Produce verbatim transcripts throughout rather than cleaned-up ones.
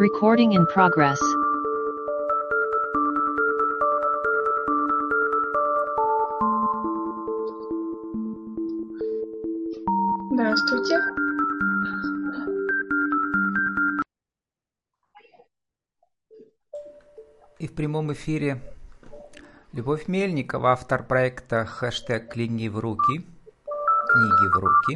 Recording in progress. Здравствуйте. И в прямом эфире Любовь Мельникова, автор проекта хэштег «Книги в руки». Книги в руки.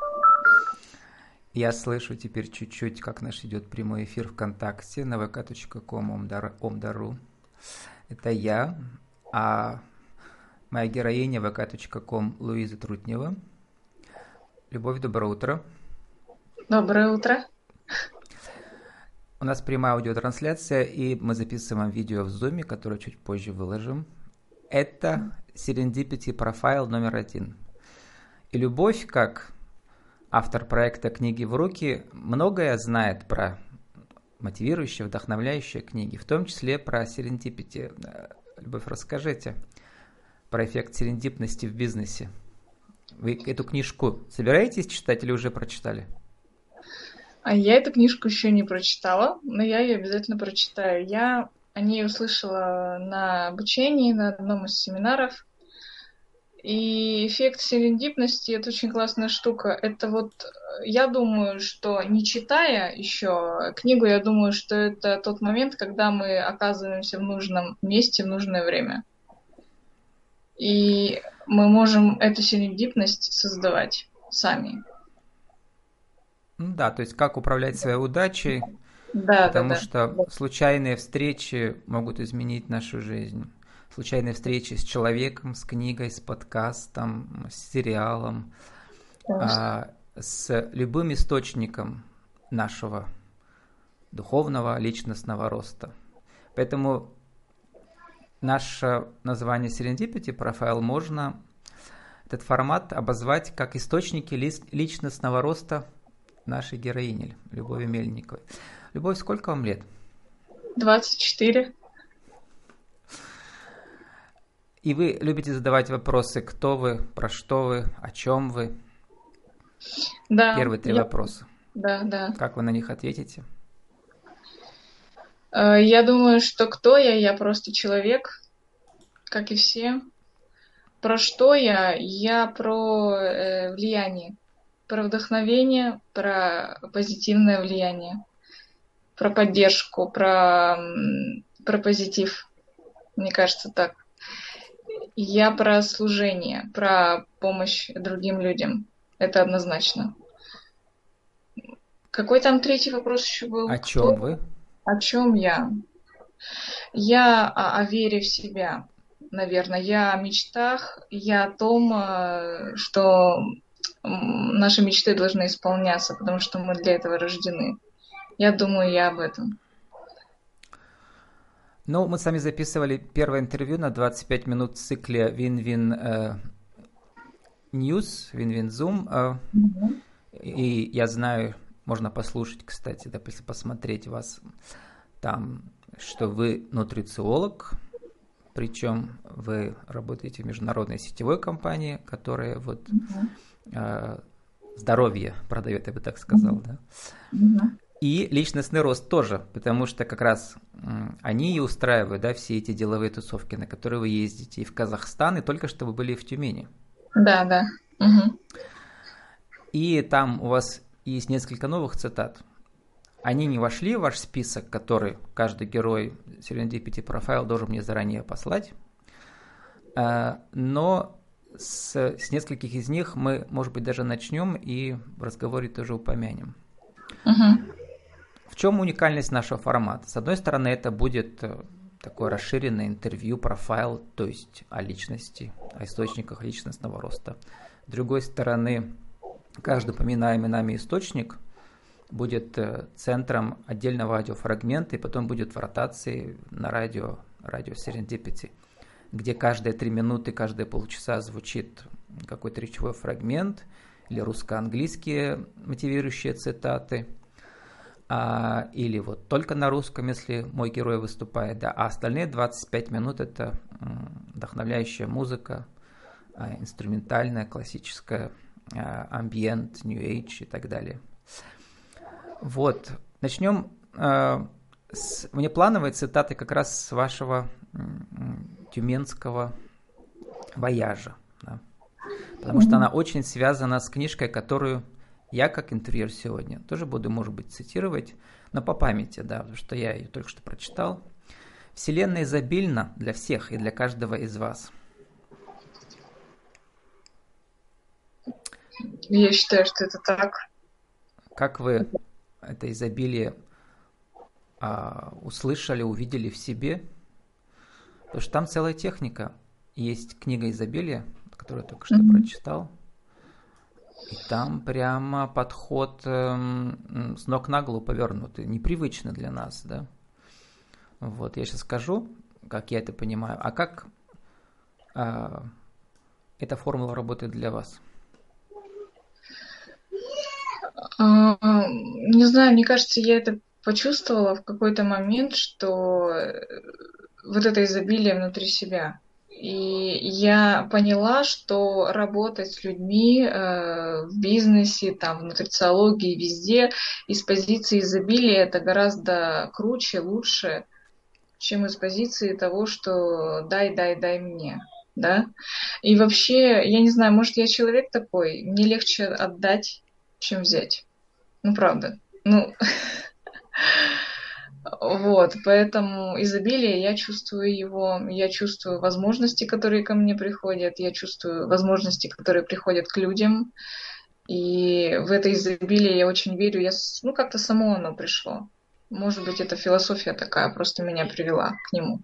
Я слышу теперь чуть-чуть, как наш идет прямой эфир ВКонтакте на вэ ка точка ком омдару. Это я, а моя героиня вэ ка точка ком Луиза Трутнева. Любовь, доброе утро. Доброе утро. У нас прямая аудиотрансляция, и мы записываем видео в Zoom, которое чуть позже выложим. Это Serendipity профайл номер один. И Любовь, как автор проекта «Книги в руки», многое знает про мотивирующие, вдохновляющие книги, в том числе про Serendipity. Любовь, расскажите про эффект серендипности в бизнесе. Вы эту книжку собираетесь читать или уже прочитали? А я эту книжку еще не прочитала, но я ее обязательно прочитаю. Я о ней услышала на обучении, на одном из семинаров. И эффект серендипности — это очень классная штука. Это вот, я думаю, что не читая еще книгу, я думаю, что это тот момент, когда мы оказываемся в нужном месте в нужное время. И мы можем эту серендипность создавать сами. Ну да, то есть как управлять своей удачей, Да, да, потому да. что случайные встречи могут изменить нашу жизнь. Случайные встречи с человеком, с книгой, с подкастом, с сериалом, а, с любым источником нашего духовного, личностного роста. Поэтому наше название Serendipity профайл можно, этот формат, обозвать как источники личностного роста нашей героини Любови Мельниковой. Любовь, сколько вам лет? двадцать четыре. И вы любите задавать вопросы, кто вы, про что вы, о чем вы? Да. Первые три я... вопроса. Да, да. Как вы на них ответите? Я думаю, что кто я? Я просто человек, как и все. Про что я? Я про э, влияние, про вдохновение, про позитивное влияние, про поддержку, про, про позитив. Мне кажется, так. Я про служение, про помощь другим людям. Это однозначно. Какой там третий вопрос еще был? О Кто? чем вы? О чем я? Я о, о вере в себя, наверное. Я о мечтах, я о том, что наши мечты должны исполняться, потому что мы для этого рождены. Я думаю, я об этом. Ну, мы с вами записывали первое интервью на двадцать пять минут в цикле Win-Win News, Win-Win Zoom. Э, Mm-hmm. И я знаю, можно послушать, кстати, да, если посмотреть вас там, что вы нутрициолог, причем вы работаете в международной сетевой компании, которая вот Mm-hmm. э, здоровье продает, я бы так сказал, да. Mm-hmm. И личностный рост тоже, потому что как раз м, они и устраивают, да, все эти деловые тусовки, на которые вы ездите и в Казахстан, и только что вы были в Тюмени. Да, да. Угу. И там у вас есть несколько новых цитат. Они не вошли в ваш список, который каждый герой Serendipity Profile должен мне заранее послать, но с, с нескольких из них мы, может быть, даже начнем и в разговоре тоже упомянем. Угу. В чем уникальность нашего формата? С одной стороны, это будет такое расширенное интервью, профайл, то есть о личности, о источниках личностного роста. С другой стороны, каждый упоминаемый нами источник будет центром отдельного аудиофрагмента, и потом будет в ротации на радио, радио Serendipity, где каждые три минуты, каждые полчаса звучит какой-то речевой фрагмент или русско-английские мотивирующие цитаты, а, или вот только на русском, если мой герой выступает, да, а остальные двадцать пять минут это м, вдохновляющая музыка, а, инструментальная, классическая, а, амбиент, New Age и так далее. Вот, начнем э, с внеплановой цитатой как раз с вашего м, тюменского вояжа, да. Потому что она очень связана с книжкой, которую я, как интервьюер сегодня, тоже буду, может быть, цитировать, но по памяти, да, потому что я ее только что прочитал. «Вселенная изобильна для всех и для каждого из вас». Я считаю, что это так. Как вы это изобилие а, услышали, увидели в себе? Потому что там целая техника. Есть книга изобилия, которую я только что mm-hmm. прочитал. И там прямо подход эм, с ног на голову повернутый, непривычно для нас, да. Вот, я сейчас скажу, как я это понимаю, а как э, эта формула работает для вас? Не знаю, мне кажется, я это почувствовала в какой-то момент, что вот это изобилие внутри себя. И я поняла, что работать с людьми э, в бизнесе, там, в нутрициологии, везде из позиции изобилия это гораздо круче, лучше, чем из позиции того, что дай, дай, дай мне. Да? И вообще, я не знаю, может, я человек такой, мне легче отдать, чем взять. Ну, правда. Ну, вот, поэтому изобилие, я чувствую его, я чувствую возможности, которые ко мне приходят, я чувствую возможности, которые приходят к людям, и в это изобилие я очень верю, я, ну, как-то само оно пришло. Может быть, это философия такая, просто меня привела к нему.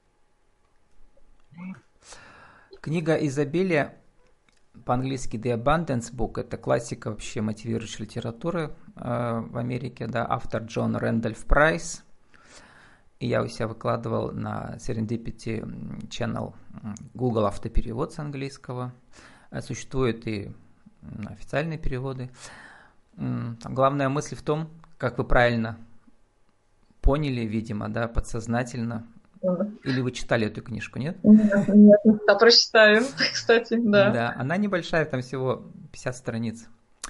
Книга «Изобилие», по-английски The Abundance Book, это классика вообще мотивирующей литературы э, в Америке, да, автор Джон Рэндольф Прайс. И я у себя выкладывал на Serendipity Channel Google автоперевод с английского. Существуют и официальные переводы. Там главная мысль в том, как вы правильно поняли, видимо, да, подсознательно. Или вы читали эту книжку, нет? Нет, нет, да, прочитаю, кстати, да. Да, она небольшая, там всего пятьдесят страниц.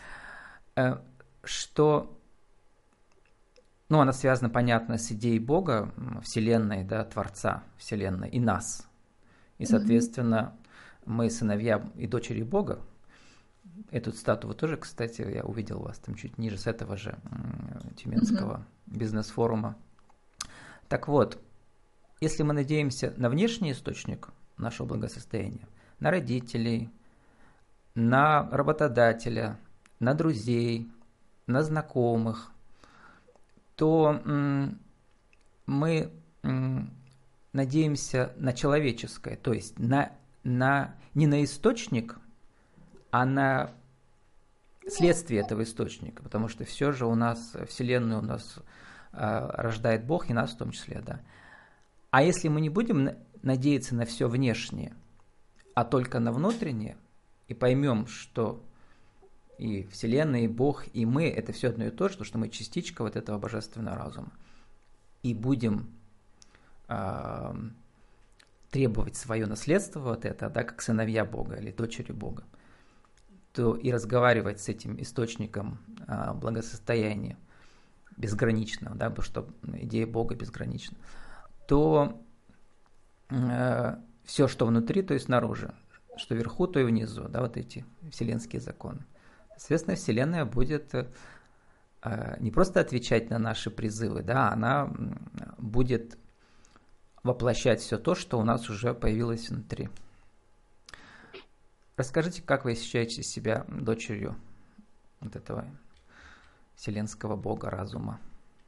Что... Ну, она связана, понятно, с идеей Бога, Вселенной, да, Творца Вселенной и нас. И, соответственно, mm-hmm. мы сыновья и дочери Бога. Эту цитату вы тоже, кстати, я увидел вас там чуть ниже с этого же Тюменского mm-hmm. бизнес-форума. Так вот, если мы надеемся на внешний источник нашего благосостояния, на родителей, на работодателя, на друзей, на знакомых, то м, мы м, надеемся на человеческое, то есть на, на, не на источник, а на следствие этого источника, потому что все же у нас, Вселенную у нас э, рождает Бог, и нас в том числе, да. А если мы не будем надеяться на все внешнее, а только на внутреннее, и поймем, что и Вселенная, и Бог, и мы – это все одно и то же, потому что мы частичка вот этого божественного разума. И будем э, требовать свое наследство, вот это, да, как сыновья Бога или дочери Бога, то и разговаривать с этим источником э, благосостояния безграничного, да, потому что идея Бога безгранична, то э, все, что внутри, то и снаружи, что вверху, то и внизу, да, вот эти вселенские законы. Соответственно, Вселенная будет э, не просто отвечать на наши призывы, да, она будет воплощать все то, что у нас уже появилось внутри. Расскажите, как вы ощущаете себя дочерью вот этого вселенского Бога, разума?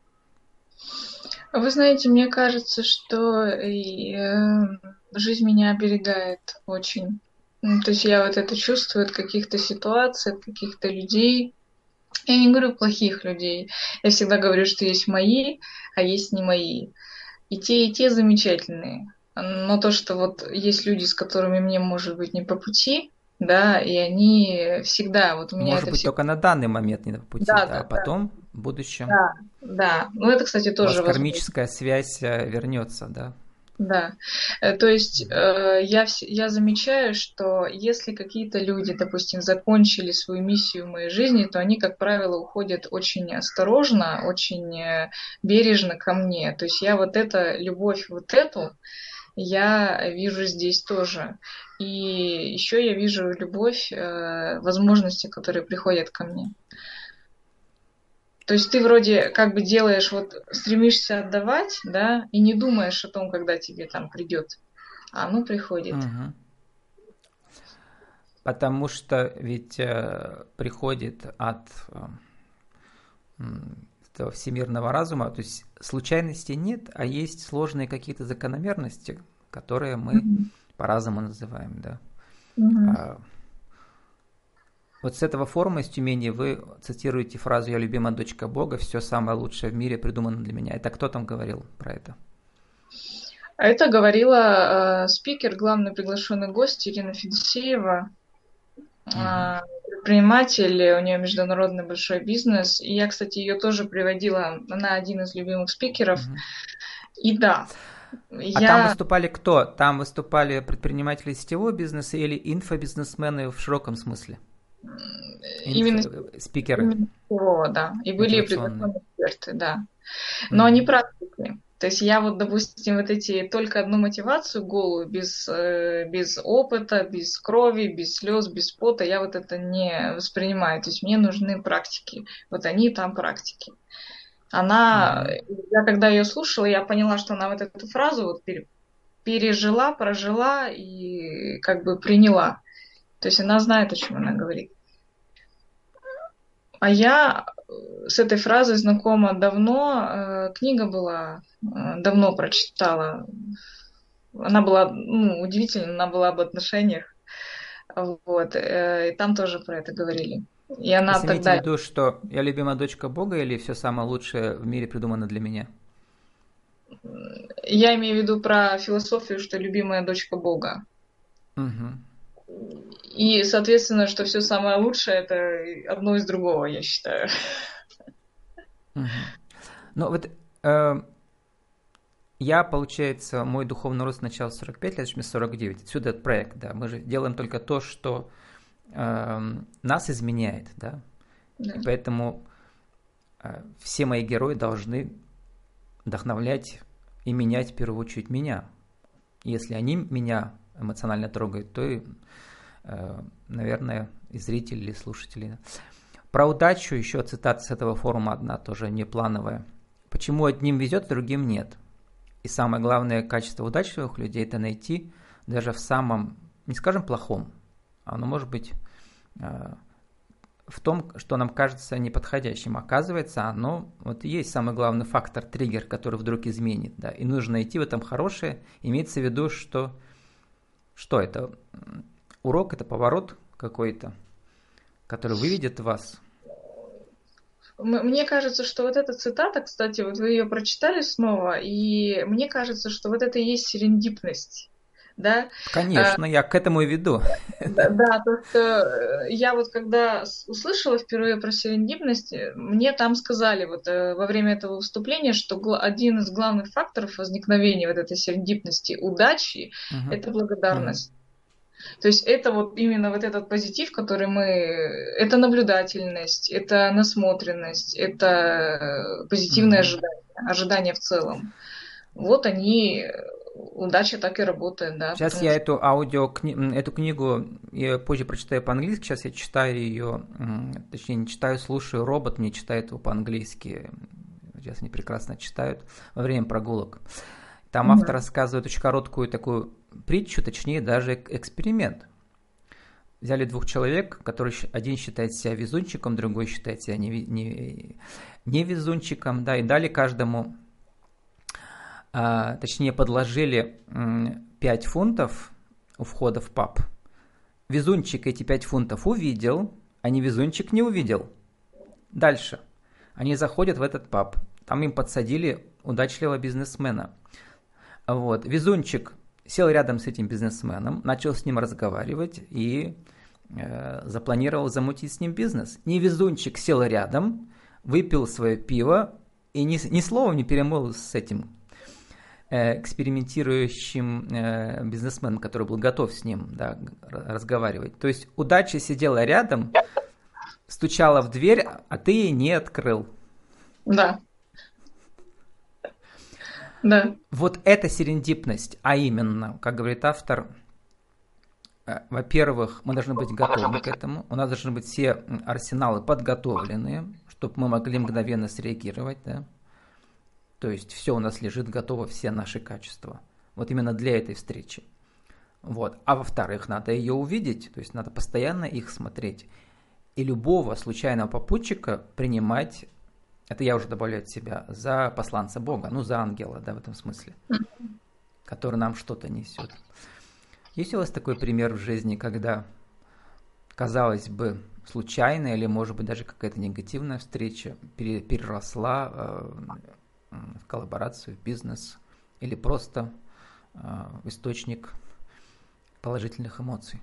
Вы знаете, мне кажется, что э, жизнь меня оберегает очень. Ну, то есть я вот это чувствую от каких-то ситуаций, от каких-то людей. Я не говорю плохих людей. Я всегда говорю, что есть мои, а есть не мои. И те, и те замечательные. Но то, что вот есть люди, с которыми мне, может быть, не по пути, да, и они всегда, вот у меня Может это быть, всегда... только на данный момент не по пути, да, да, да, а потом, да. в будущем, да, да. Ну, это, кстати, тоже у вас возможно. кармическая связь вернется, да? Да, Э, то есть э, я, вс- я замечаю, что если какие-то люди, допустим, закончили свою миссию в моей жизни, то они, как правило, уходят очень осторожно, очень э, бережно ко мне. То есть я вот это, любовь вот эту, я вижу здесь тоже. И еще я вижу любовь, э, возможности, которые приходят ко мне. То есть ты вроде как бы делаешь, вот стремишься отдавать, да, и не думаешь о том, когда тебе там придет, а оно приходит. Мгм. Потому что ведь э, приходит от э, м, этого всемирного разума, то есть случайностей нет, а есть сложные какие-то закономерности, которые мы Мгм. по-разному называем, да. Мгм. А вот с этого форума из Тюмени вы цитируете фразу «Я любимая дочка Бога, все самое лучшее в мире придумано для меня». Это кто там говорил про это? А это говорила э, спикер, главный приглашенный гость Ирина Федосеева, Мгм. э, предприниматель, у нее международный большой бизнес. И я, кстати, ее тоже приводила, она один из любимых спикеров. Мгм. И да, А там я выступали кто? Там выступали предприниматели сетевого бизнеса или инфобизнесмены в широком смысле? именно, Инфо... Спикеры именно всего, да. И были мотивационные. приглашенные эксперты, да. Но они Мгм. практики. То есть я вот, допустим, вот эти только одну мотивацию голую, без, э, без опыта, без крови, без слез, без пота, я вот это не воспринимаю. То есть мне нужны практики. Вот они там практики. Она, Мгм. я когда ее слушала, я поняла, что она вот эту фразу вот пере- пережила, прожила и как бы приняла. То есть она знает, о чем она говорит. А я э, с этой фразой знакома давно. Э, Книга была, э, давно прочитала. Она была, ну, удивительно, она была об отношениях. Вот. э, И там тоже про это говорили. И она Если имеете в тогда... виду, что я любимая дочка Бога или все самое лучшее в мире придумано для меня? Я имею в виду про философию, что любимая дочка Бога. Мгм. И, соответственно, что все самое лучшее это одно из другого, я считаю. Мгм. Ну вот э, я, получается, мой духовный рост начал сорок пять лет, сейчас мне сорок девять. Отсюда этот проект, да. Мы же делаем только то, что э, нас изменяет, да. Да. И поэтому э, все мои герои должны вдохновлять и менять в первую очередь меня. Если они меня эмоционально трогают, то и, э, наверное, и зрители, или слушатели. Про удачу еще цитата с этого форума одна, тоже неплановая. Почему одним везет, другим нет? И самое главное качество удачливых людей – это найти даже в самом, не скажем плохом, а оно может быть э, в том, что нам кажется неподходящим. Оказывается, оно вот и есть самый главный фактор, триггер, который вдруг изменит. Да? И нужно найти в этом хорошее. Имеется в виду, что, что это? Урок – это поворот какой-то, который выведет вас. М- Мне кажется, что вот эта цитата, кстати, вот вы ее прочитали снова, и мне кажется, что вот это и есть серендипность. Да, Э, Конечно, я к этому и веду. да, да, то, что э, я вот когда с- услышала впервые про серендипность, э, мне там сказали вот э, во время этого выступления, что гла- один из главных факторов возникновения вот этой серендипности, удачи, Мгм. это Мгм. благодарность. То есть это вот именно вот этот позитив, который мы... Это наблюдательность, это насмотренность, это э, позитивное Мгм. ожидание, ожидание в целом. Вот они, э, удача так и работает, да, Сейчас потому я что... эту аудио, эту книгу я позже прочитаю по-английски, сейчас я читаю ее, точнее не читаю, слушаю, робот мне читает его по-английски, сейчас они прекрасно читают во время прогулок. Там автор Мгм. рассказывает очень короткую такую притчу, точнее даже эксперимент. Взяли двух человек, который один считает себя везунчиком, другой считает себя не, не, не везунчиком, да, и дали каждому, а, точнее подложили пять фунтов у входа в паб. Везунчик эти пять фунтов увидел, а невезунчик не увидел. Дальше. Они заходят в этот паб. Там им подсадили удачливого бизнесмена. Вот. Везунчик сел рядом с этим бизнесменом, начал с ним разговаривать и э, запланировал замутить с ним бизнес. Невезунчик сел рядом, выпил свое пиво и ни, ни словом не перемолвил с этим экспериментирующим бизнесменом, который был готов с ним, да, разговаривать. То есть удача сидела рядом, стучала в дверь, а ты ей не открыл. Да. Да. Вот эта серендипность, а именно, как говорит автор, во-первых, мы должны быть готовы к этому, у нас должны быть все арсеналы подготовленные, чтобы мы могли мгновенно среагировать, да. То есть все у нас лежит готово, все наши качества. Вот именно для этой встречи. Вот. А во-вторых, надо ее увидеть, то есть надо постоянно их смотреть. И любого случайного попутчика принимать, это я уже добавляю от себя, за посланца Бога, ну за ангела, да, в этом смысле, который нам что-то несет. Есть у вас такой пример в жизни, когда, казалось бы, случайная или, может быть, даже какая-то негативная встреча переросла э, в коллаборацию, в бизнес или просто э, источник положительных эмоций?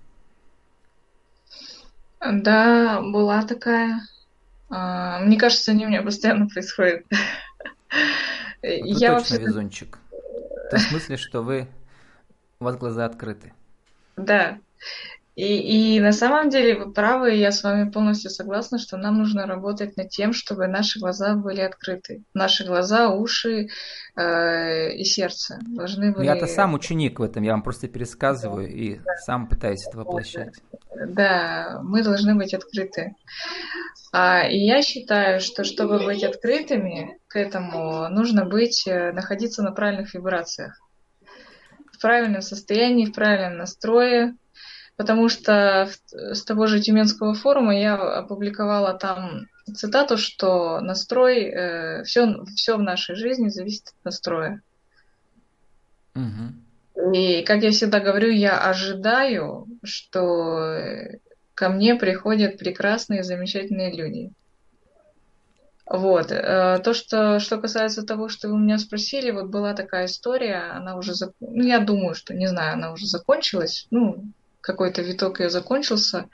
Да, была такая. А, мне кажется, они у меня постоянно происходят. Вы Я точно вообще... везунчик. В том смысле, что вы, у вас глаза открыты. Да. И, и на самом деле вы правы, и я с вами полностью согласна, что нам нужно работать над тем, чтобы наши глаза были открыты. Наши глаза, уши э, и сердце должны Ну, я-то были... сам ученик в этом, я вам просто пересказываю и сам пытаюсь это воплощать. Да, мы должны быть открыты. А, и я считаю, что чтобы быть открытыми к этому, нужно быть, э, находиться на правильных вибрациях, в правильном состоянии, в правильном настрое. Потому что с того же Тюменского форума я опубликовала там цитату, что настрой, э, все, все в нашей жизни зависит от настроя. Угу. И, как я всегда говорю, я ожидаю, что ко мне приходят прекрасные, замечательные люди. Вот. То, что, что касается того, что вы меня спросили, вот была такая история, она уже, зак... ну, я думаю, что, не знаю, она уже закончилась, ну, какой-то виток ее закончился.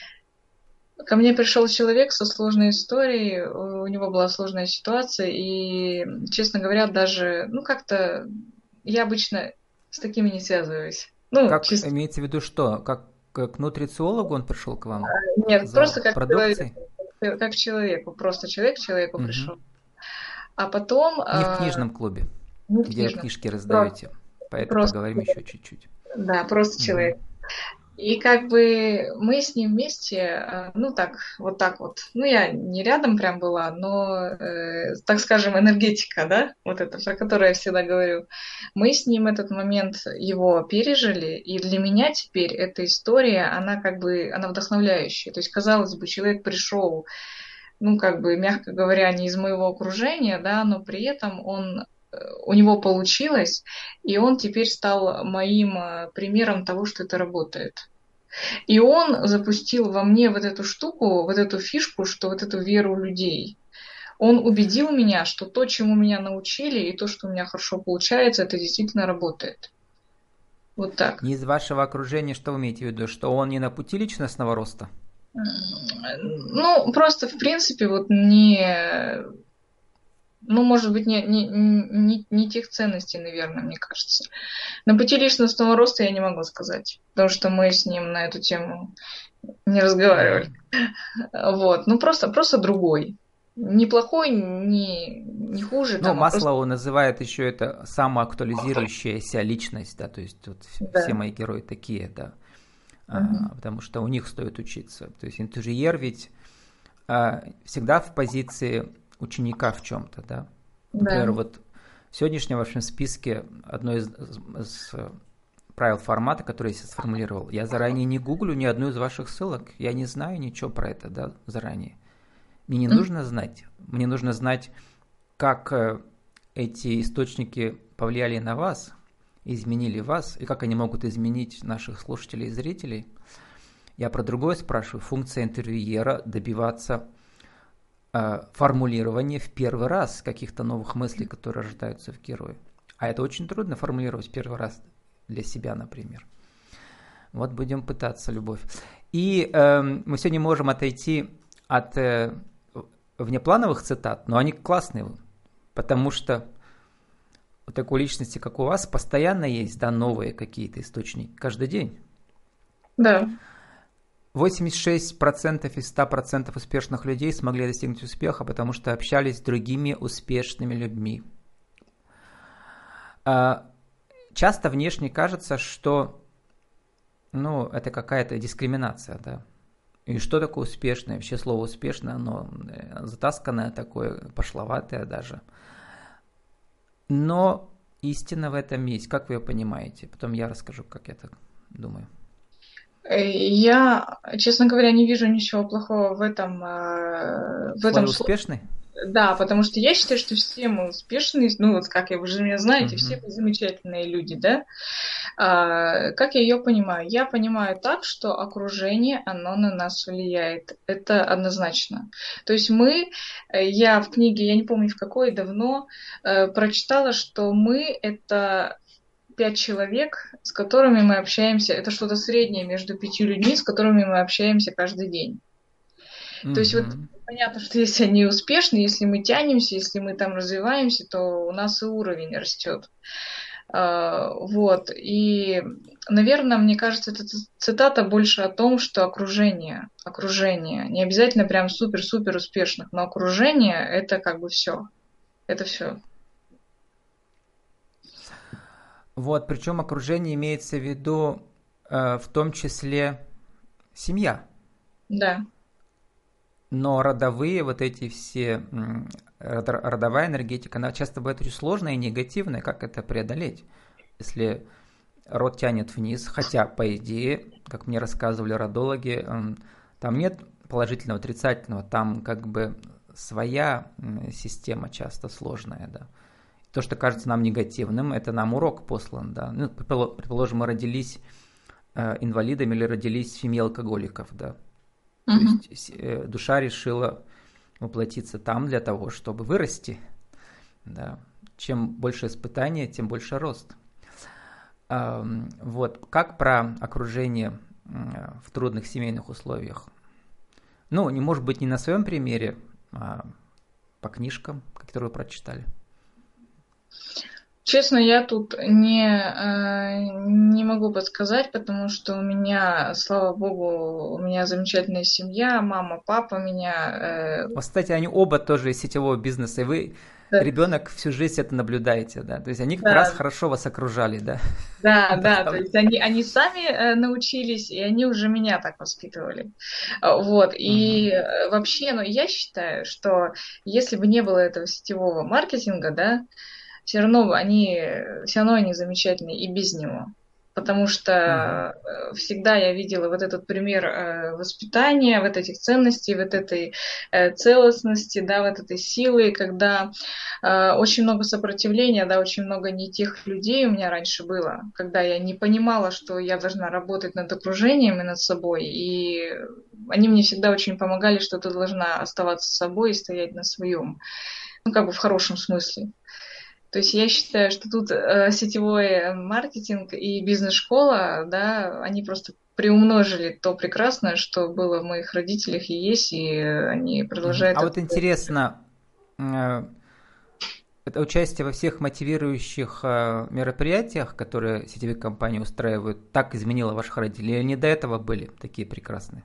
Ко мне пришел человек со сложной историей, у него была сложная ситуация, и, честно говоря, даже, ну, как-то я обычно с такими не связываюсь. Ну, Как чисто... имеется в виду что? Как к нутрициологу он пришел к вам? Нет, За просто как продукцией? человек, как человеку, просто человек к человеку Угу. пришел. А потом... Не в книжном клубе, не в где вы книжном. книжки раздаете. Поэтому Просто, поговорим еще чуть-чуть. да, просто Угу. человек. И как бы мы с ним вместе, ну так, вот так вот, ну я не рядом прям была, но, э, так скажем, энергетика, да, вот это, про которую я всегда говорю, мы с ним этот момент его пережили, и для меня теперь эта история, она как бы, она вдохновляющая. То есть, казалось бы, человек пришел, ну как бы, мягко говоря, не из моего окружения, да, но при этом он у него получилось, и он теперь стал моим примером того, что это работает. И он запустил во мне вот эту штуку, вот эту фишку, что вот эту веру людей. Он убедил меня, что то, чему меня научили, и то, что у меня хорошо получается, это действительно работает. Вот так. Не из вашего окружения, что вы имеете в виду? Что он не на пути личностного роста? Ну, просто, в принципе, вот не... Ну, может быть, не, не, не, не тех ценностей, наверное, мне кажется. На пути личностного роста я не могу сказать, потому что мы с ним на эту тему не разговаривали. Вот, ну просто, просто другой. Не плохой, не, не хуже. Ну, там, Маслоу просто... называет еще это самоактуализирующаяся личность, да, то есть вот да. Все мои герои такие, да, угу. а, потому что у них стоит учиться. То есть интерьер ведь а, всегда в позиции ученика в чем-то, да. Например, да. Вот в сегодняшнем вашем списке одно из, из правил формата, который я сформулировал, я заранее не гуглю ни одну из ваших ссылок, я не знаю ничего про это, да, заранее. Мне не нужно знать, мне нужно знать, как эти источники повлияли на вас, изменили вас, и как они могут изменить наших слушателей и зрителей. Я про другое спрашиваю. Функция интервьюера добиваться э, формулирования в первый раз каких-то новых мыслей, которые рождаются в герое. А это очень трудно формулировать в первый раз для себя, например. Вот будем пытаться, Любовь. И э, мы сегодня можем отойти от э, внеплановых цитат, но они классные, потому что у такой личности, как у вас, постоянно есть, да, новые какие-то источники, каждый день. Да. восемьдесят шесть процентов из ста процентов успешных людей смогли достигнуть успеха, потому что общались с другими успешными людьми. Часто внешне кажется, что, ну, это какая-то дискриминация, да. И что такое успешное? Вообще слово успешное, оно затасканное такое, пошловатое даже. Но истина в этом есть. Как вы ее понимаете? Потом я расскажу, как я так думаю. Я, честно говоря, не вижу ничего плохого в этом, в этом слове. Успешный? Да, потому что я считаю, что все мы успешные, ну вот как вы же меня знаете, uh-huh. все мы замечательные люди, да. А, как я ее понимаю? Я понимаю так, что окружение, оно на нас влияет. Это однозначно. То есть мы, я в книге, я не помню в какой, давно, э, прочитала, что мы это пять человек, с которыми мы общаемся. Это что-то среднее между пятью людьми, с которыми мы общаемся каждый день. Mm-hmm. То есть вот понятно, что если они успешны, если мы тянемся, если мы там развиваемся, то у нас и уровень растет. Uh, вот. И, наверное, мне кажется, эта цитата больше о том, что окружение, окружение, не обязательно прям супер-супер успешных, но окружение — это как бы все. Это все. Вот, причем окружение имеется в виду э, в том числе семья. Да. Но родовые вот эти все, родовая энергетика, она часто бывает очень сложная и негативная. Как это преодолеть? Если род тянет вниз, хотя, по идее, как мне рассказывали родологи, там нет положительного, отрицательного, там как бы своя система часто сложная, да. То, что кажется нам негативным, это нам урок послан, да. Ну, предположим, мы родились инвалидами или родились в семье алкоголиков, да. То uh-huh. есть э, душа решила воплотиться там для того, чтобы вырасти. Да. Чем больше испытаний, тем больше рост. А, вот. Как про окружение э, в трудных семейных условиях? Ну, не может быть не на своем примере, а по книжкам, которые вы прочитали. Честно, я тут не, не могу подсказать, потому что у меня, слава богу, у меня замечательная семья, мама, папа меня... Кстати, они оба тоже из сетевого бизнеса, и вы, да. ребенок, всю жизнь это наблюдаете, да? То есть они как да. раз хорошо вас окружали, да? Да, да, то есть они, они сами научились, и они уже меня так воспитывали. Вот, и угу. вообще, ну, я считаю, что если бы не было этого сетевого маркетинга, да, все равно они, все равно они замечательные и без него. Потому что uh-huh. всегда я видела вот этот пример воспитания, вот этих ценностей, вот этой целостности, да, вот этой силы, когда очень много сопротивления, да, очень много не тех людей у меня раньше было, когда я не понимала, что я должна работать над окружением и над собой, и они мне всегда очень помогали, что ты должна оставаться собой и стоять на своем, ну, как бы в хорошем смысле. То есть я считаю, что тут э, сетевой маркетинг и бизнес-школа, да, они просто приумножили то прекрасное, что было в моих родителях и есть, и они продолжают... А это... вот интересно, э, это участие во всех мотивирующих э, мероприятиях, которые сетевые компании устраивают, так изменило ваших родителей? Или они до этого были такие прекрасные?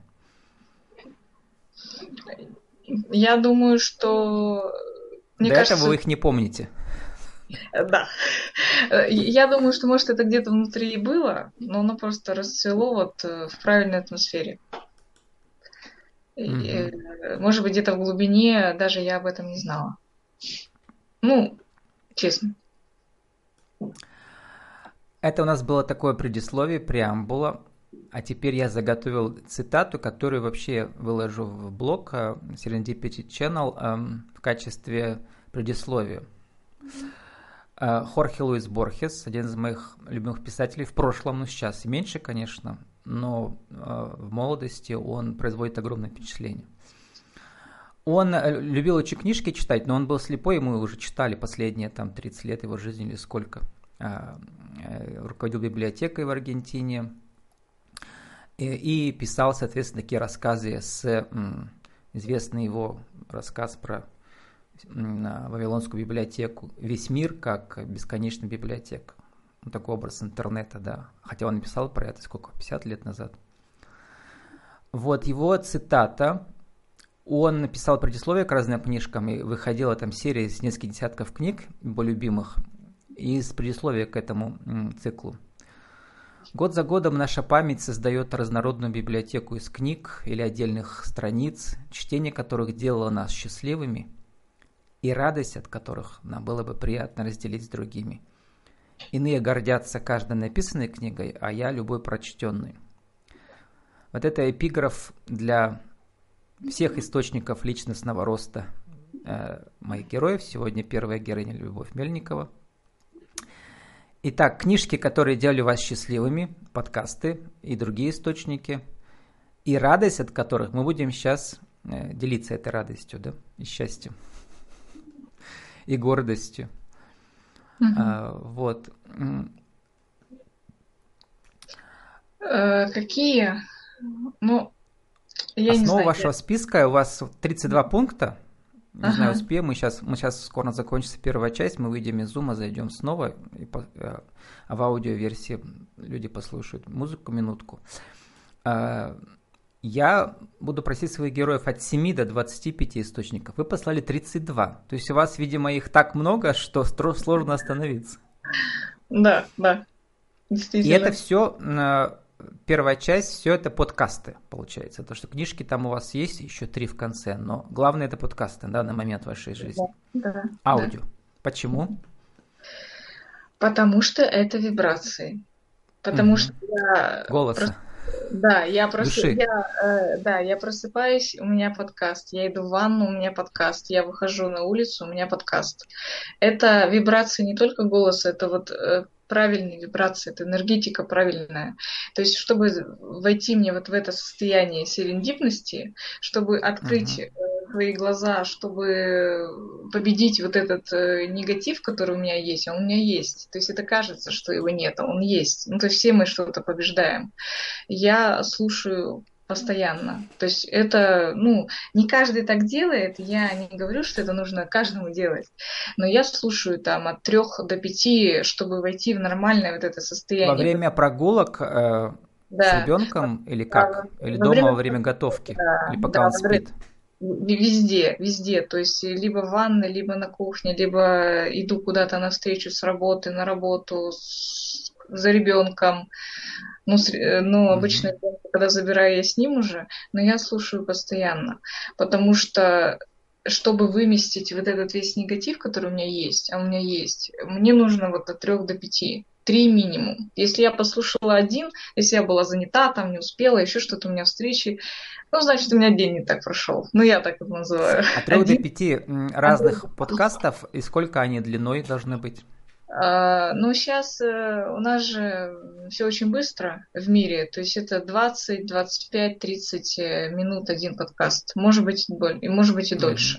Я думаю, что... Мне до кажется... этого вы их не помните? Да. Я думаю, что, может, это где-то внутри и было, но оно просто расцвело вот в правильной атмосфере. Mm-hmm. Может быть, где-то в глубине даже я об этом не знала. Ну, честно. Это у нас было такое предисловие, преамбула. А теперь я заготовил цитату, которую вообще выложу в блог Serendipity Channel в качестве предисловия. Хорхе Луис Борхес, один из моих любимых писателей в прошлом, ну сейчас и меньше, конечно, но в молодости он производит огромное впечатление. Он любил очень книжки читать, но он был слепой, мы уже читали последние там тридцать лет его жизни или сколько. Руководил библиотекой в Аргентине и, и писал, соответственно, такие рассказы с известный его рассказ про есть на Вавилонскую библиотеку «Весь мир как бесконечная библиотека». Ну, такой образ интернета, да. Хотя он написал про это сколько, пятьдесят лет назад. Вот его цитата. Он написал предисловие к разным книжкам, и выходила там серия из нескольких десятков книг, его любимых, из предисловия к этому м, циклу. Год за годом наша память создает разнородную библиотеку из книг или отдельных страниц, чтение которых делало нас счастливыми, и радость от которых нам было бы приятно разделить с другими. Иные гордятся каждой написанной книгой, а я любой прочтенной. Вот это эпиграф для всех источников личностного роста э, моих героев. Сегодня первая героиня Любовь Мельникова. Итак, книжки, которые делали вас счастливыми, подкасты и другие источники, и радость от которых мы будем сейчас э, делиться этой радостью, да, и счастьем, и гордостью. Mm-hmm. А, вот. Э, какие? Ну, я Основа не знаю, вашего я... списка, у вас тридцать два пункта. Не Ага. знаю, успеем. Мы сейчас, мы сейчас скоро закончится первая часть, мы выйдем из зума, зайдем снова, и по, а в аудиоверсии люди послушают музыку минутку. А, я буду просить своих героев от семи до двадцати пяти источников. Вы послали тридцать два. То есть у вас, видимо, их так много, что сложно остановиться. Да, да. Действительно. И это все... Первая часть, все это подкасты, получается. То, что книжки там у вас есть, еще три в конце. Но главное это подкасты, да, на момент вашей жизни. Да, да, аудио. Да. Почему? Потому что это вибрации. Потому угу. что я... Голоса. Просто... Да, я просто... Души. Я, э, да, я просыпаюсь, у меня подкаст. Я иду в ванну, у меня подкаст. Я выхожу на улицу, у меня подкаст. Это вибрации не только голоса, это вот... Э, правильные вибрации, это энергетика правильная. То есть, чтобы войти мне вот в это состояние серендипности, чтобы открыть uh-huh. свои глаза, чтобы победить вот этот негатив, который у меня есть, а он у меня есть. То есть, это кажется, что его нет, а он есть. Ну, то есть, все мы что-то побеждаем. Я слушаю постоянно. То есть это, ну, не каждый так делает, я не говорю, что это нужно каждому делать, но я слушаю там от трех до пяти, чтобы войти в нормальное вот это состояние. Во время прогулок э, да. с ребенком или как? Да, или во дома время... во время готовки? Да, или пока да, он спит? Везде, везде, то есть либо в ванной, либо на кухне, либо иду куда-то навстречу с работы, на работу, с... за ребенком. Ну, ну, обычно, mm-hmm. когда забираю, я с ним уже, но я слушаю постоянно, потому что, чтобы выместить вот этот весь негатив, который у меня есть, а у меня есть, мне нужно вот от трех до пяти, три минимум. Если я послушала один, если я была занята, там не успела, еще что-то у меня встречи, ну, значит, у меня день не так прошел. Ну, я так это называю. От трех до пяти разных один... подкастов, и сколько они длиной должны быть? Uh, ну, сейчас uh, у нас же все очень быстро в мире, то есть это двадцать, двадцать пять, тридцать минут один подкаст, может быть, и может быть и дольше.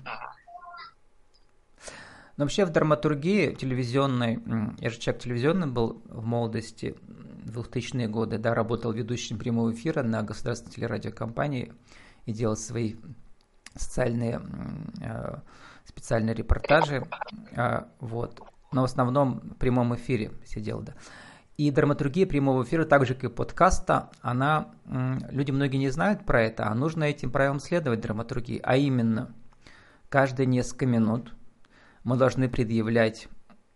Mm-hmm. Но вообще в драматургии телевизионной, я же человек телевизионный был в молодости, в двухтысячные годы, да, работал ведущим прямого эфира на государственной телерадиокомпании и делал свои социальные э, специальные репортажи, э, вот. Но в основном в прямом эфире сидел, да. И драматургия прямого эфира, так же как и подкаста, она, люди многие не знают про это, а нужно этим правилам следовать драматургии. А именно, каждые несколько минут мы должны предъявлять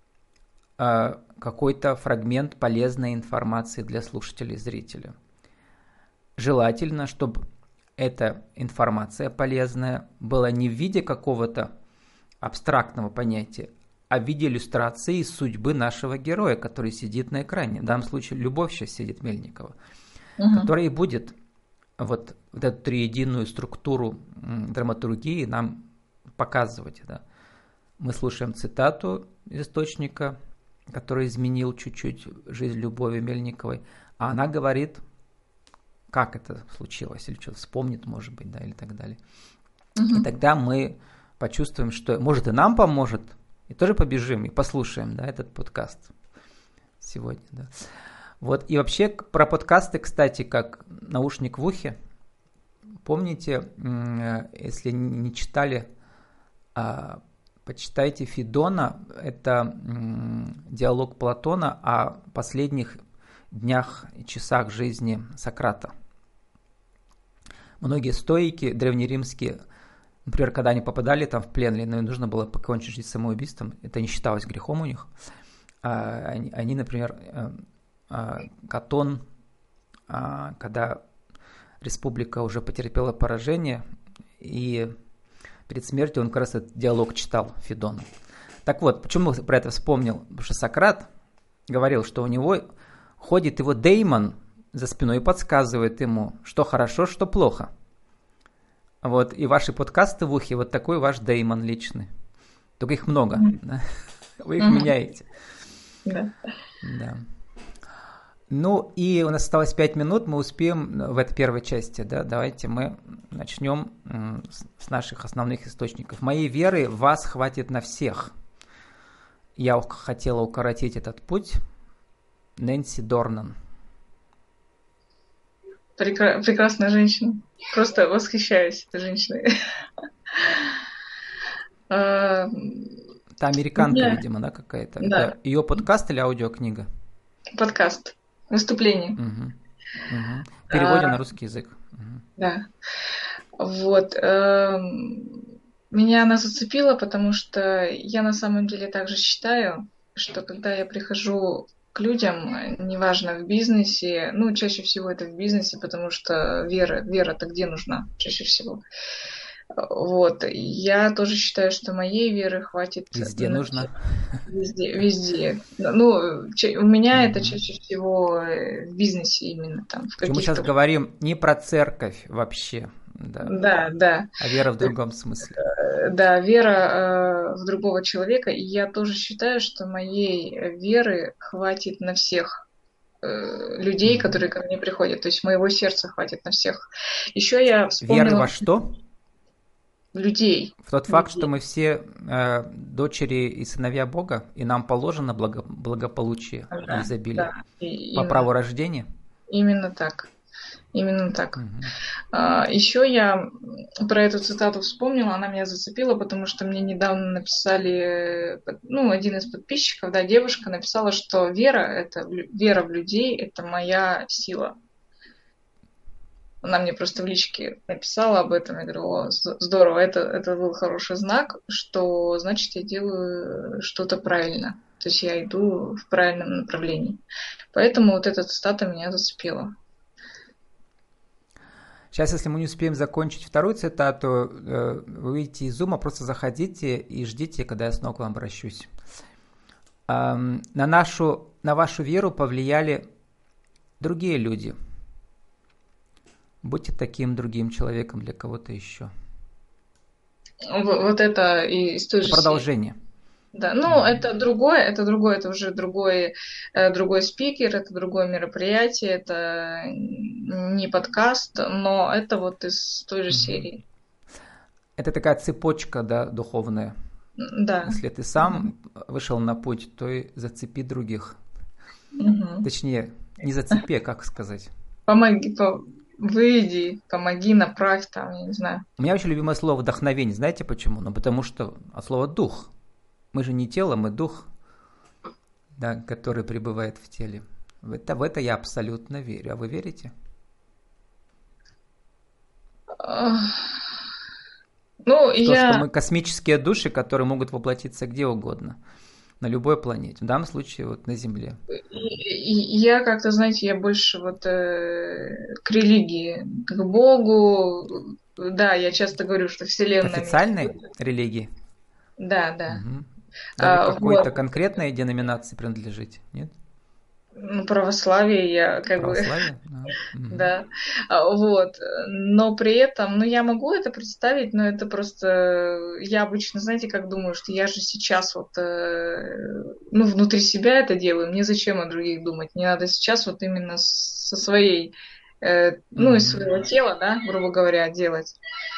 э, какой-то фрагмент полезной информации для слушателя и зрителя. Желательно, чтобы эта информация полезная была не в виде какого-то абстрактного понятия, а в виде иллюстрации судьбы нашего героя, который сидит на экране. В данном случае Любовь сейчас сидит Мельникова, угу. которая и будет вот, вот эту триединую структуру драматургии нам показывать. Да. Мы слушаем цитату из источника, который изменил чуть-чуть жизнь Любови Мельниковой, а она говорит, как это случилось, или что-то вспомнит, может быть, да, или так далее. Угу. И тогда мы почувствуем, что, может, и нам поможет, и тоже побежим и послушаем, да, этот подкаст сегодня. Да. Вот. И вообще про подкасты, кстати, как наушник в ухе. Помните, если не читали Почитайте Федона, это м, диалог Платона о последних днях и часах жизни Сократа. Многие стоики древнеримские, например, когда они попадали там в плен, или им нужно было покончить жизнь самоубийством, это не считалось грехом у них. Они, они например, Катон, когда республика уже потерпела поражение, и перед смертью он как раз этот диалог читал Федону. Так вот, почему про это вспомнил? Потому что Сократ говорил, что у него ходит его деймон за спиной и подсказывает ему, что хорошо, что плохо. Вот, и ваши подкасты в ухе, вот такой ваш деймон личный. Только их много. Mm-hmm. Да? Вы их mm-hmm. меняете. Yeah. Да. Ну, и у нас осталось пять минут, мы успеем в этой первой части, да, давайте мы начнем с наших основных источников. Моей веры вас хватит на всех. Я хотела укоротить этот путь. Нэнси Дорнан. Прекра- прекрасная женщина. Просто восхищаюсь этой женщиной. Та американка, видимо, да, какая-то? Это ее подкаст или аудиокнига? Подкаст. Выступление. Угу. Угу. В переводе а, на русский язык. Угу. Да. Вот. Э, меня она зацепила, потому что я на самом деле также считаю, что когда я прихожу к людям, неважно в бизнесе, ну, чаще всего это в бизнесе, потому что вера, вера-то где нужна чаще всего. Вот. Я тоже считаю, что моей веры хватит. Везде на... нужно. Везде, везде. Ну, у меня mm-hmm. это чаще всего в бизнесе именно там. В мы сейчас говорим не про церковь вообще. Да, да. да. А вера в другом смысле. Да, вера э, в другого человека. И я тоже считаю, что моей веры хватит на всех э, людей, mm-hmm. которые ко мне приходят. То есть моего сердца хватит на всех. Еще я вспомнила... Веры во что? Людей. В тот факт, людей. Что мы все э, дочери и сыновья Бога, и нам положено благо, благополучие да, и изобилие да, и, по именно, праву рождения. Именно так. Именно так. Угу. А, еще я про эту цитату вспомнила, она меня зацепила, потому что мне недавно написали, ну, один из подписчиков, да, девушка написала, что вера, это, вера в людей, это моя сила. Она мне просто в личке написала об этом. Я говорю, о, здорово, это, это был хороший знак, что значит я делаю что-то правильно. То есть я иду в правильном направлении. Поэтому вот эта цитата меня зацепила. Сейчас, если мы не успеем закончить вторую цитату, вы выйдите из зума, просто заходите и ждите, когда я снова к вам обращусь. На нашу, на вашу веру повлияли другие люди. Будьте таким другим человеком для кого-то еще. Вот это и из той же продолжение. Серии. Да, ну mm-hmm. это другое, это другое, это уже другой, другой спикер, это другое мероприятие, это не подкаст, но это вот из той же mm-hmm. серии. Это такая цепочка, да, духовная. Да. Если ты сам mm-hmm. вышел на путь, то и зацепи других. Mm-hmm. Точнее, не зацепи, а как сказать? Помоги, по... Выйди, помоги, направь там, я не знаю. У меня очень любимое слово вдохновение. Знаете почему? Ну, потому что от слова дух. Мы же не тело, мы дух, да, который пребывает в теле. В это, в это я абсолютно верю. А вы верите? Ну, в я... то, что мы космические души, которые могут воплотиться где угодно. На любой планете. В данном случае вот на Земле. Я как-то, знаете, я больше вот э, к религии, к Богу. Да, я часто говорю, что Вселенная... К официальной религии? Да, да. Угу. Да, а, вы какой-то вот. конкретной деноминации принадлежите, нет? Ну, православие я как православие? бы... Да. да, вот. Но при этом, ну, я могу это представить, но это просто... Я обычно, знаете, как думаю, что я же сейчас вот, ну, внутри себя это делаю, мне зачем о других думать? Мне надо сейчас вот именно со своей, ну, из своего тела, да, грубо говоря, делать.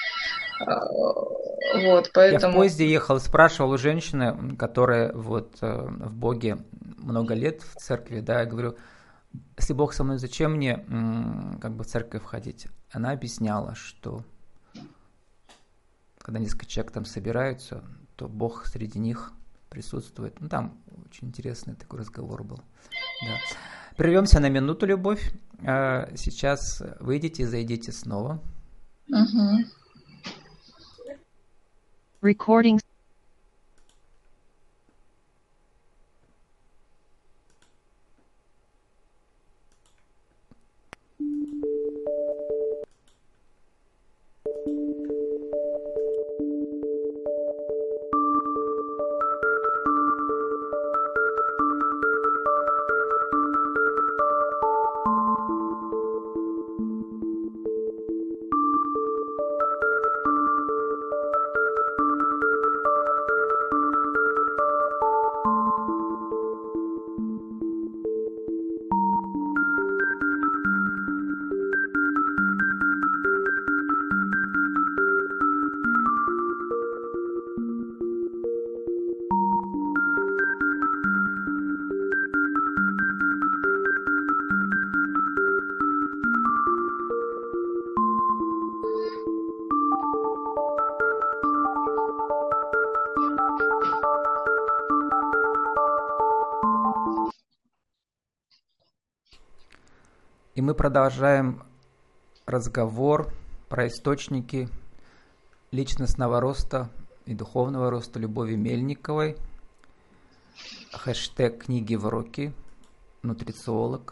Вот, поэтому... Я в поезде ехал, спрашивал у женщины, которая вот в Боге много лет в церкви, да, я говорю, если Бог со мной, зачем мне как бы в церковь входить? Она объясняла, что когда несколько человек там собираются, что Бог среди них присутствует. Ну, там очень интересный такой разговор был. Да. Прервемся на минуту, Любовь. Сейчас выйдите и зайдите снова. Угу. Recording. И мы продолжаем разговор про источники личностного роста и духовного роста Любови Мельниковой. Хэштег книги в руки, нутрициолог.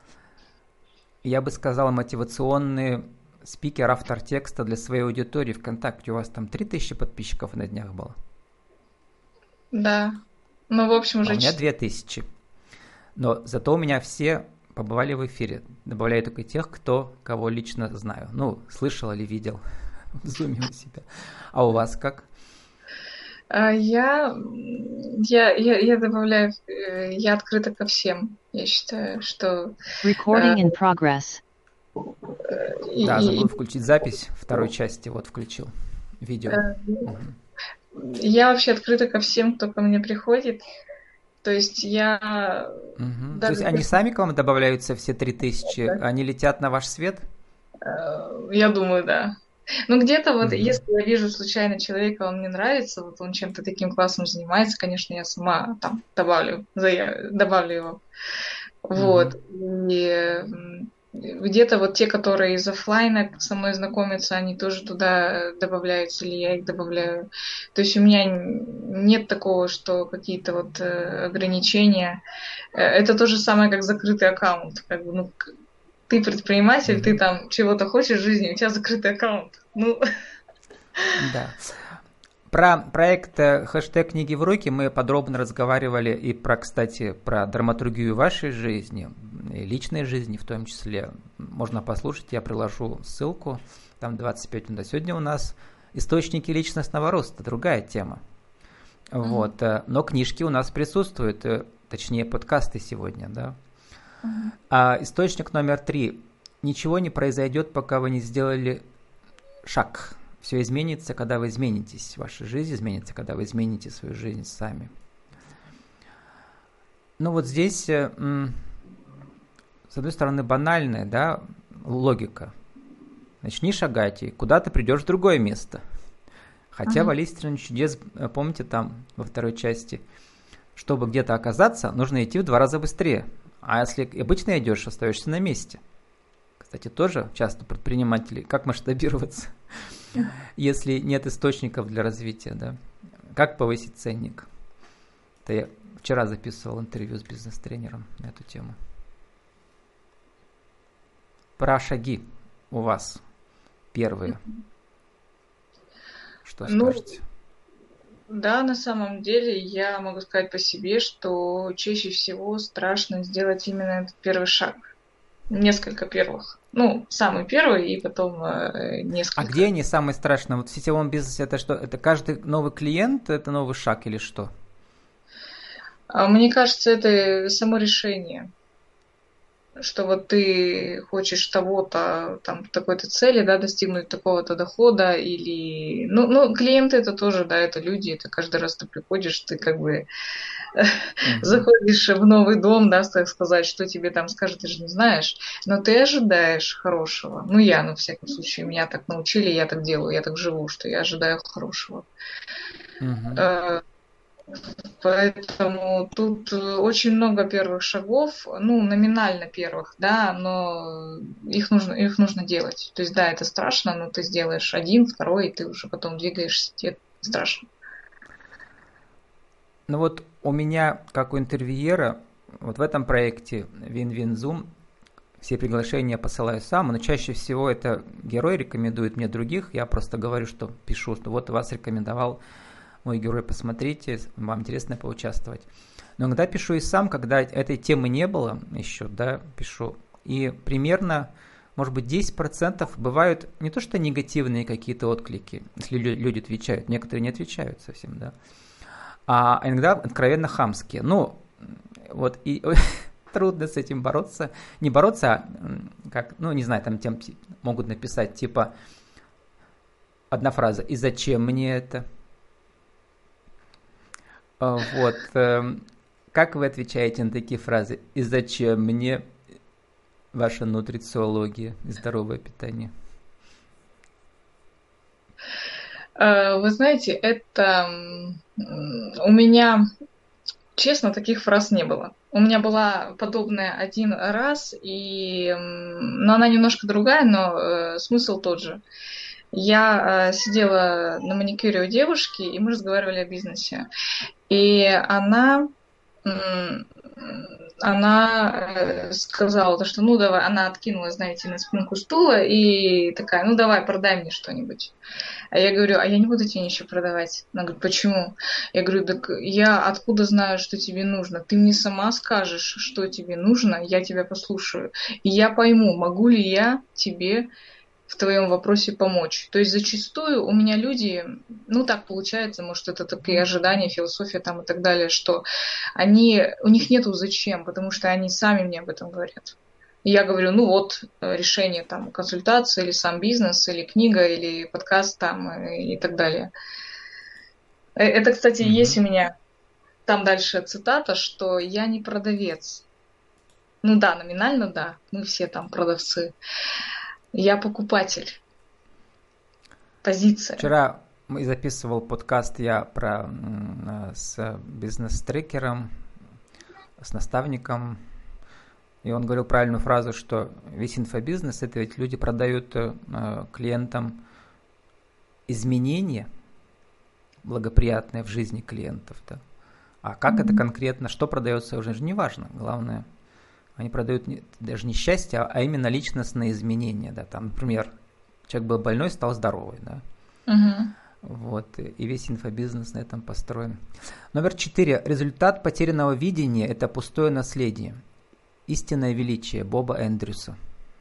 Я бы сказал, мотивационный спикер, автор текста для своей аудитории ВКонтакте. У вас там три тысячи подписчиков на днях было? Да. Ну, в общем, уже... А у меня две тысячи. Но зато у меня все побывали в эфире. Добавляю только тех, кто, кого лично знаю. Ну, слышал или видел в зуме у себя. А у вас как? А Я, я, я, я добавляю, э, я открыта ко всем. Я считаю, что... Recording in progress. э, и- Да, и- забыл включить запись второй части. Вот включил видео. э, Мгм. я вообще открыта ко всем, кто ко мне приходит. То есть я Мгм. То даже есть они если, сами к вам добавляются, все три тысячи, они летят на ваш свет? э, я думаю, да. Ну, где-то вот, Мгм. если я вижу случайно человека, он мне нравится, вот он чем-то таким классным занимается, конечно, я сама там добавлю, зая- добавлю его. Вот. И м, где-то вот те, которые из оффлайна со мной знакомятся, они тоже туда добавляются, или я их добавляю. То есть у меня н- нет такого, что какие-то вот э, ограничения. Э, Это то же самое, как закрытый аккаунт. Как бы, ну, к- ты предприниматель, ты Мгм. там чего-то хочешь в жизни, у тебя закрытый аккаунт. Ну, Да. Про проект э, хэштег книги в руки мы подробно разговаривали и про, кстати, про драматургию вашей жизни, и личной жизни в том числе. Можно послушать, я приложу ссылку, там двадцать пять минут. А сегодня у нас источники личностного роста, другая тема. Вот. э, Но книжки у нас присутствуют, э, точнее подкасты сегодня, да. А источник номер три. Ничего не произойдет, пока вы не сделали шаг. Все изменится, когда вы изменитесь. Ваша жизнь изменится, когда вы измените свою жизнь сами. Ну вот здесь, э, м, с одной стороны, банальная, да, логика. Начни шагать, и куда ты придешь в другое место. Хотя в Мгм. Алисе в стране чудес, э, помните там во второй части, чтобы где-то оказаться, нужно идти в два раза быстрее. А если обычно идешь, остаешься на месте. Кстати, тоже часто предприниматели, как масштабироваться, если нет источников для развития, да? Как повысить ценник? Это я вчера записывал интервью с бизнес-тренером на эту тему. Про шаги у вас первые. Что ну, скажете? да, на самом деле я могу сказать по себе, что чаще всего страшно сделать именно этот первый шаг. Несколько первых. Ну, самый первый и потом э, А несколько. где они самые страшные? Вот в сетевом бизнесе это что? Это каждый новый клиент, это новый шаг или что? А Мне кажется, это само решение, что вот ты хочешь того-то, там, такой-то цели, да, достигнуть такого-то дохода, или... Ну, ну, клиенты это тоже, да, это люди, это каждый раз ты приходишь, ты как бы Мгм. заходишь в новый дом, да, так сказать, что тебе там скажут, ты же не знаешь, но ты ожидаешь хорошего. Ну, я, ну, в всяком случае, меня так научили, я так делаю, я так живу, что я ожидаю хорошего. Угу. Поэтому тут очень много первых шагов, ну, номинально первых, да, но их нужно, их нужно делать. То есть, да, это страшно, но ты сделаешь один, второй, и ты уже потом двигаешься, тебе страшно. Ну вот у меня, как у интервьюера, вот в этом проекте Win-Win Zoom все приглашения посылаю сам, но чаще всего это герой рекомендует мне других, я просто говорю, что пишу, что вот вас рекомендовал мой герой, посмотрите, вам интересно поучаствовать. Но иногда пишу и сам, когда этой темы не было еще, да, пишу. И примерно, может быть, десять процентов бывают не то что негативные какие-то отклики, если люди отвечают, некоторые не отвечают совсем, да, а иногда откровенно хамские. Ну, вот и трудно с этим бороться. Не бороться, а как, ну, не знаю, там тем могут написать, типа, одна фраза, и зачем мне это? Вот. Как вы отвечаете на такие фразы? И зачем мне ваша нутрициология и здоровое питание? Вы знаете, это у меня, честно, таких фраз не было. У меня была подобная один раз, и, но она немножко другая, но смысл тот же. Я сидела на маникюре у девушки, и мы разговаривали о бизнесе. И она, она сказала, что ну давай, она откинулась, знаете, на спинку стула и такая, ну давай, продай мне что-нибудь. А я говорю, а я не буду тебе ничего продавать. Она говорит, почему? Я говорю, так я откуда знаю, что тебе нужно? Ты мне сама скажешь, что тебе нужно, я тебя послушаю. И я пойму, могу ли я тебе в твоем вопросе помочь. То есть зачастую у меня люди, ну так получается, может это такие ожидания, философия там и так далее, что они, у них нету зачем, потому что они сами мне об этом говорят. И я говорю, ну вот решение там консультации или сам бизнес, или книга, или подкаст там и так далее. Это, кстати, mm-hmm. есть у меня там дальше цитата, что я не продавец. Ну да, номинально да, мы все там продавцы. Я покупатель. Позиция. Вчера записывал подкаст я про, с бизнес-трекером, с наставником, и он говорил правильную фразу, что весь инфобизнес – это ведь люди продают клиентам изменения благоприятные в жизни клиентов. Да? А как mm-hmm. это конкретно, что продается, уже же не важно. Главное, они продают не, даже не счастье, а именно личностные изменения. Да? Там, например, человек был больной, стал здоровый. Да? Uh-huh. Вот, и весь инфобизнес на этом построен. Номер четыре. Результат потерянного видения – это пустое наследие. Истинное величие Боба Эндрюса.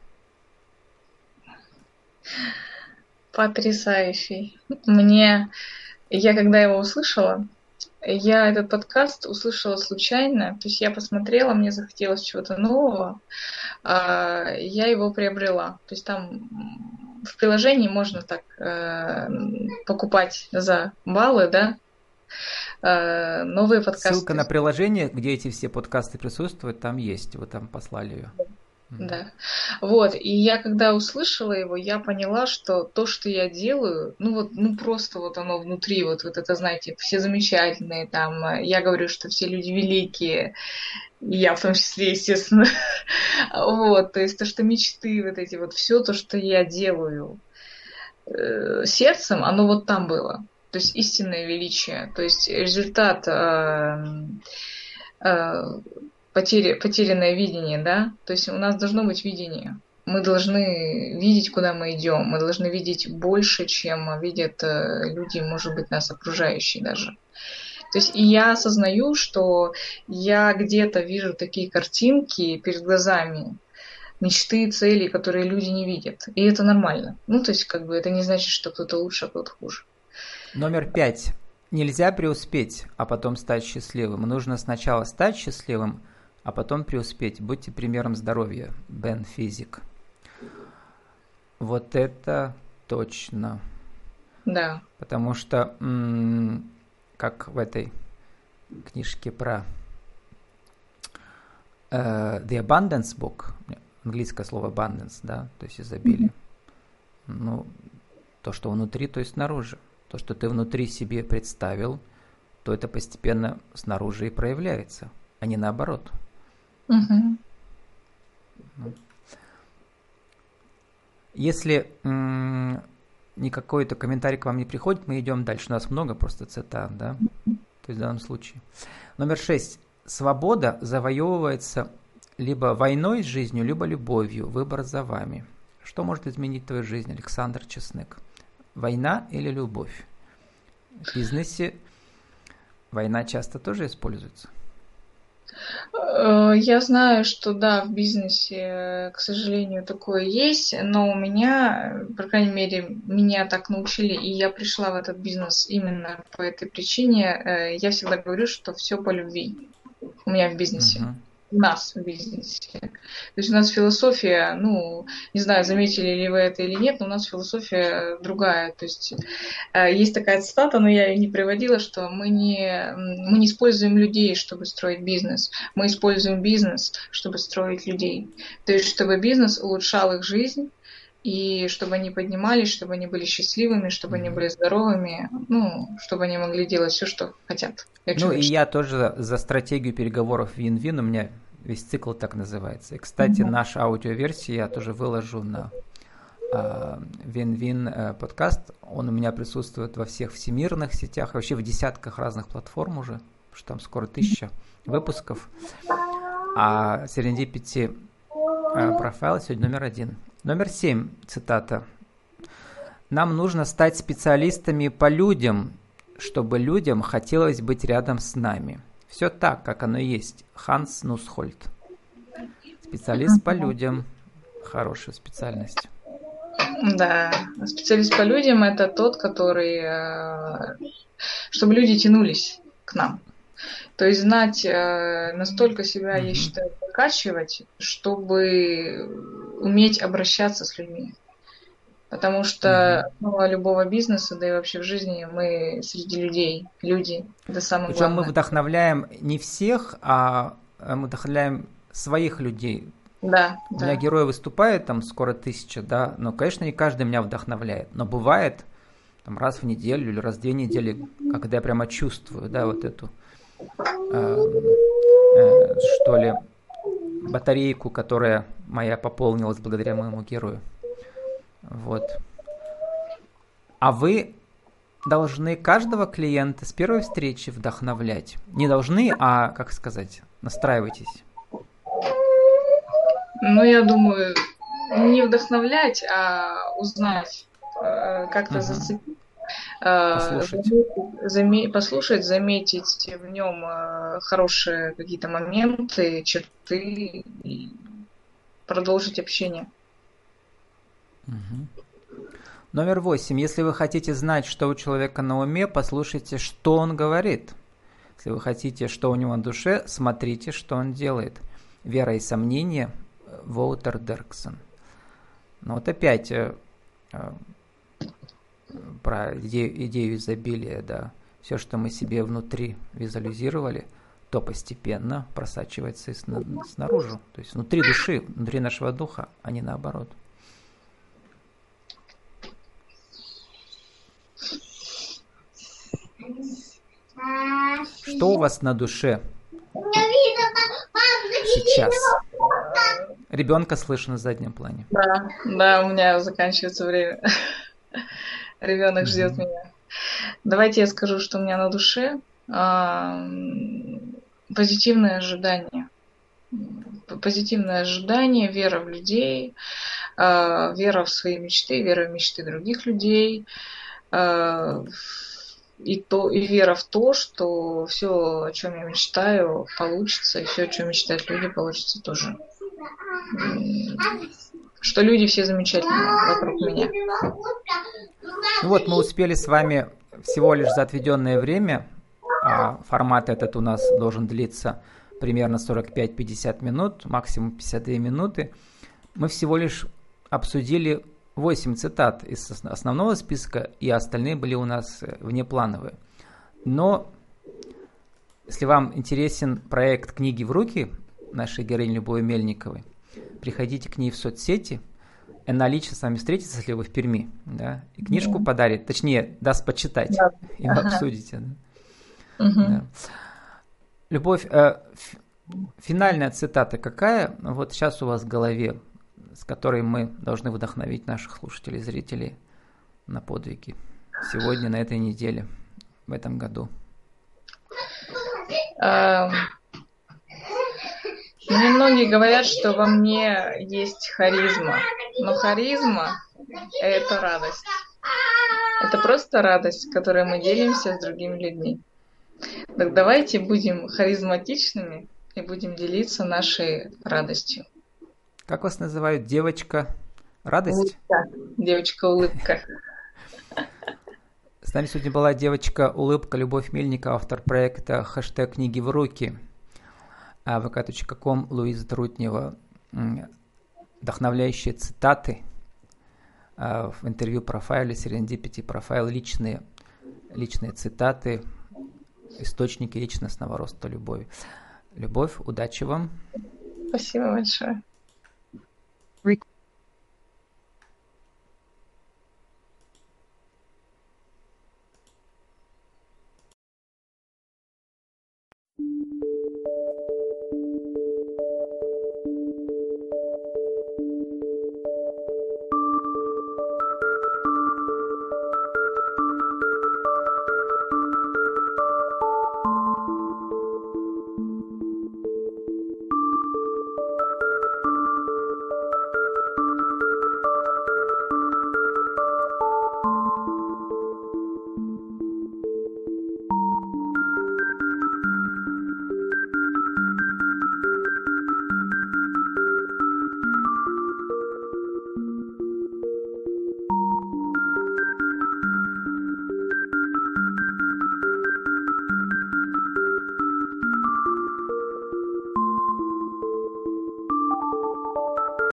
Потрясающий. Мне, я когда его услышала, я этот подкаст услышала случайно, то есть я посмотрела, мне захотелось чего-то нового, я его приобрела. То есть там в приложении можно так покупать за баллы, да, новые подкасты. Ссылка на приложение, где эти все подкасты присутствуют, там есть, вы там послали ее. Да. Вот, и я когда услышала его, я поняла, что то, что я делаю, ну вот, ну просто вот оно внутри, вот, вот это, знаете, все замечательные, там, я говорю, что все люди великие, я в том числе, естественно, вот, то есть то, что мечты, вот эти вот, все то, что я делаю э, сердцем, оно вот там было, то есть истинное величие, то есть результат э, э, Потери, потерянное видение, да, то есть у нас должно быть видение. Мы должны видеть, куда мы идем, мы должны видеть больше, чем видят люди, может быть, нас окружающие даже. То есть и я осознаю, что я где-то вижу такие картинки перед глазами, мечты, цели, которые люди не видят. И это нормально. Ну, то есть как бы это не значит, что кто-то лучше, а кто-то хуже. Номер пять. Нельзя преуспеть, а потом стать счастливым. Нужно сначала стать счастливым, а потом преуспеть. Будьте примером здоровья. Бен Физик. Вот это точно. Да. Потому что, м- как в этой книжке про э, The Abundance Book, английское слово abundance, да, то есть изобилие. Mm-hmm. Ну, то, что внутри, то есть снаружи. То, что ты внутри себе представил, то это постепенно снаружи и проявляется, а не наоборот. Мгм. Если м, никакой-то комментарий к вам не приходит, мы идем дальше. У нас много просто цитат, да? То есть в данном случае. Номер шесть. Свобода завоевывается либо войной с жизнью, либо любовью. Выбор за вами. Что может изменить твою жизнь, Александр Чеснык? Война или любовь? В бизнесе война часто тоже используется. Э, Я знаю, что да, в бизнесе, э, к сожалению, такое есть, но у меня, э, по крайней мере, меня так научили, и я пришла в этот бизнес именно по этой причине. Э, Я всегда говорю, что все по любви у меня в бизнесе. Мгм. У нас в бизнесе. То есть у нас философия, ну, не знаю, заметили ли вы это или нет, но у нас философия другая. То есть э, есть такая цитата, но я ее не приводила, что мы не, м, мы не используем людей, чтобы строить бизнес. Мы используем бизнес, чтобы строить людей. То есть чтобы бизнес улучшал их жизнь, и чтобы они поднимались, чтобы они были счастливыми, чтобы они Мгм. были здоровыми, ну, чтобы они могли делать все, что хотят. Я Ну и чувствую, что... я тоже за стратегию переговоров вин-вин, у меня весь цикл так называется. И, кстати, Мгм. наша аудиоверсия я тоже выложу на а, вин-вин э, подкаст. Он у меня присутствует во всех всемирных сетях, вообще в десятках разных платформ уже, потому что там скоро тысяча выпусков. А Serendipity э, профайл сегодня номер один. Номер семь, цитата. Нам нужно стать специалистами по людям, чтобы людям хотелось быть рядом с нами. Все так, как оно и есть. Ханс Нусхольд. Специалист по людям. Хорошая специальность. Да, специалист по людям это тот, который, э, чтобы люди тянулись к нам. То есть знать э, настолько себя, я Мгм. считаю, прокачивать, чтобы уметь обращаться с людьми. Потому что Мгм. основа любого бизнеса, да и вообще в жизни, мы среди людей. Люди – это самое Причем мы главное. вдохновляем не всех, а а мы вдохновляем своих людей. Да, У меня да. герой выступает, там скоро тысяча, да, но, конечно, не каждый меня вдохновляет. Но бывает там раз в неделю или раз в две недели, когда я прямо чувствую, да, вот эту, э, э, что ли, батарейку, которая моя пополнилась благодаря моему герою. Вот. А вы должны каждого клиента с первой встречи вдохновлять. Не должны, а, как сказать, настраивайтесь. Ну, я думаю, не вдохновлять, а узнать, э, как-то Мгм. зацепить. э, Послушать. заметить- заме- послушать, заметить в нем э, хорошие какие-то моменты, черты и продолжить общение. Мгм. Номер восемь. Если вы хотите знать, что у человека на уме, послушайте, что он говорит. Если вы хотите, что у него на душе, смотрите, что он делает. Вера и сомнения. Воутер Дерксон. Ну вот опять э, э, про идею, идею изобилия, да. Все, что мы себе внутри визуализировали, то постепенно просачивается и сна- снаружи. То есть внутри души, внутри нашего духа, а не наоборот. Что у вас на душе сейчас? Ребенка слышно на заднем плане. Да, да, у меня заканчивается время. Ребенок ждет Мгм. меня. Давайте я скажу, что у меня на душе. А, м, Позитивное ожидание. М, Позитивное ожидание, вера в людей, а, вера в свои мечты, вера в мечты других людей, а, и, то, и вера в то, что все, о чем я мечтаю, получится, и все, о чем мечтают люди, получится тоже. М, Что люди все замечательные вокруг меня. Ну вот, мы успели с вами всего лишь за отведенное время, а формат этот у нас должен длиться примерно сорок пять - пятьдесят минут, максимум пятьдесят две минуты. Мы всего лишь обсудили восемь цитат из ос- основного списка, и остальные были у нас э, внеплановые. Но если вам интересен проект «Книги в руки» нашей героини Любови Мельниковой, приходите к ней в соцсети, она лично с вами встретится, если вы в Перми, да, и книжку Да. подарит, точнее, даст почитать, Да. и вы Ага. обсудите. Да. Мгм. Да. Любовь, э, ф- финальная цитата какая? Вот сейчас у вас в голове, с которой мы должны вдохновить наших слушателей, зрителей на подвиги сегодня, на этой неделе, в этом году. Ам, Мне многие говорят, что во мне есть харизма, но харизма – это радость. Это просто радость, которой мы делимся с другими людьми. Так давайте будем харизматичными и будем делиться нашей радостью. Как вас называют? Девочка радость? Улыбка. Девочка-улыбка. С нами сегодня была девочка улыбка Любовь Мельникова, автор проекта хэштег книги в руки. вэ ка точка ком Луиза Трутнева. Вдохновляющие цитаты в интервью профайле Serendipity профайл, личные, личные цитаты, источники личностного роста любови. Любовь, удачи вам. Спасибо большое. Rec-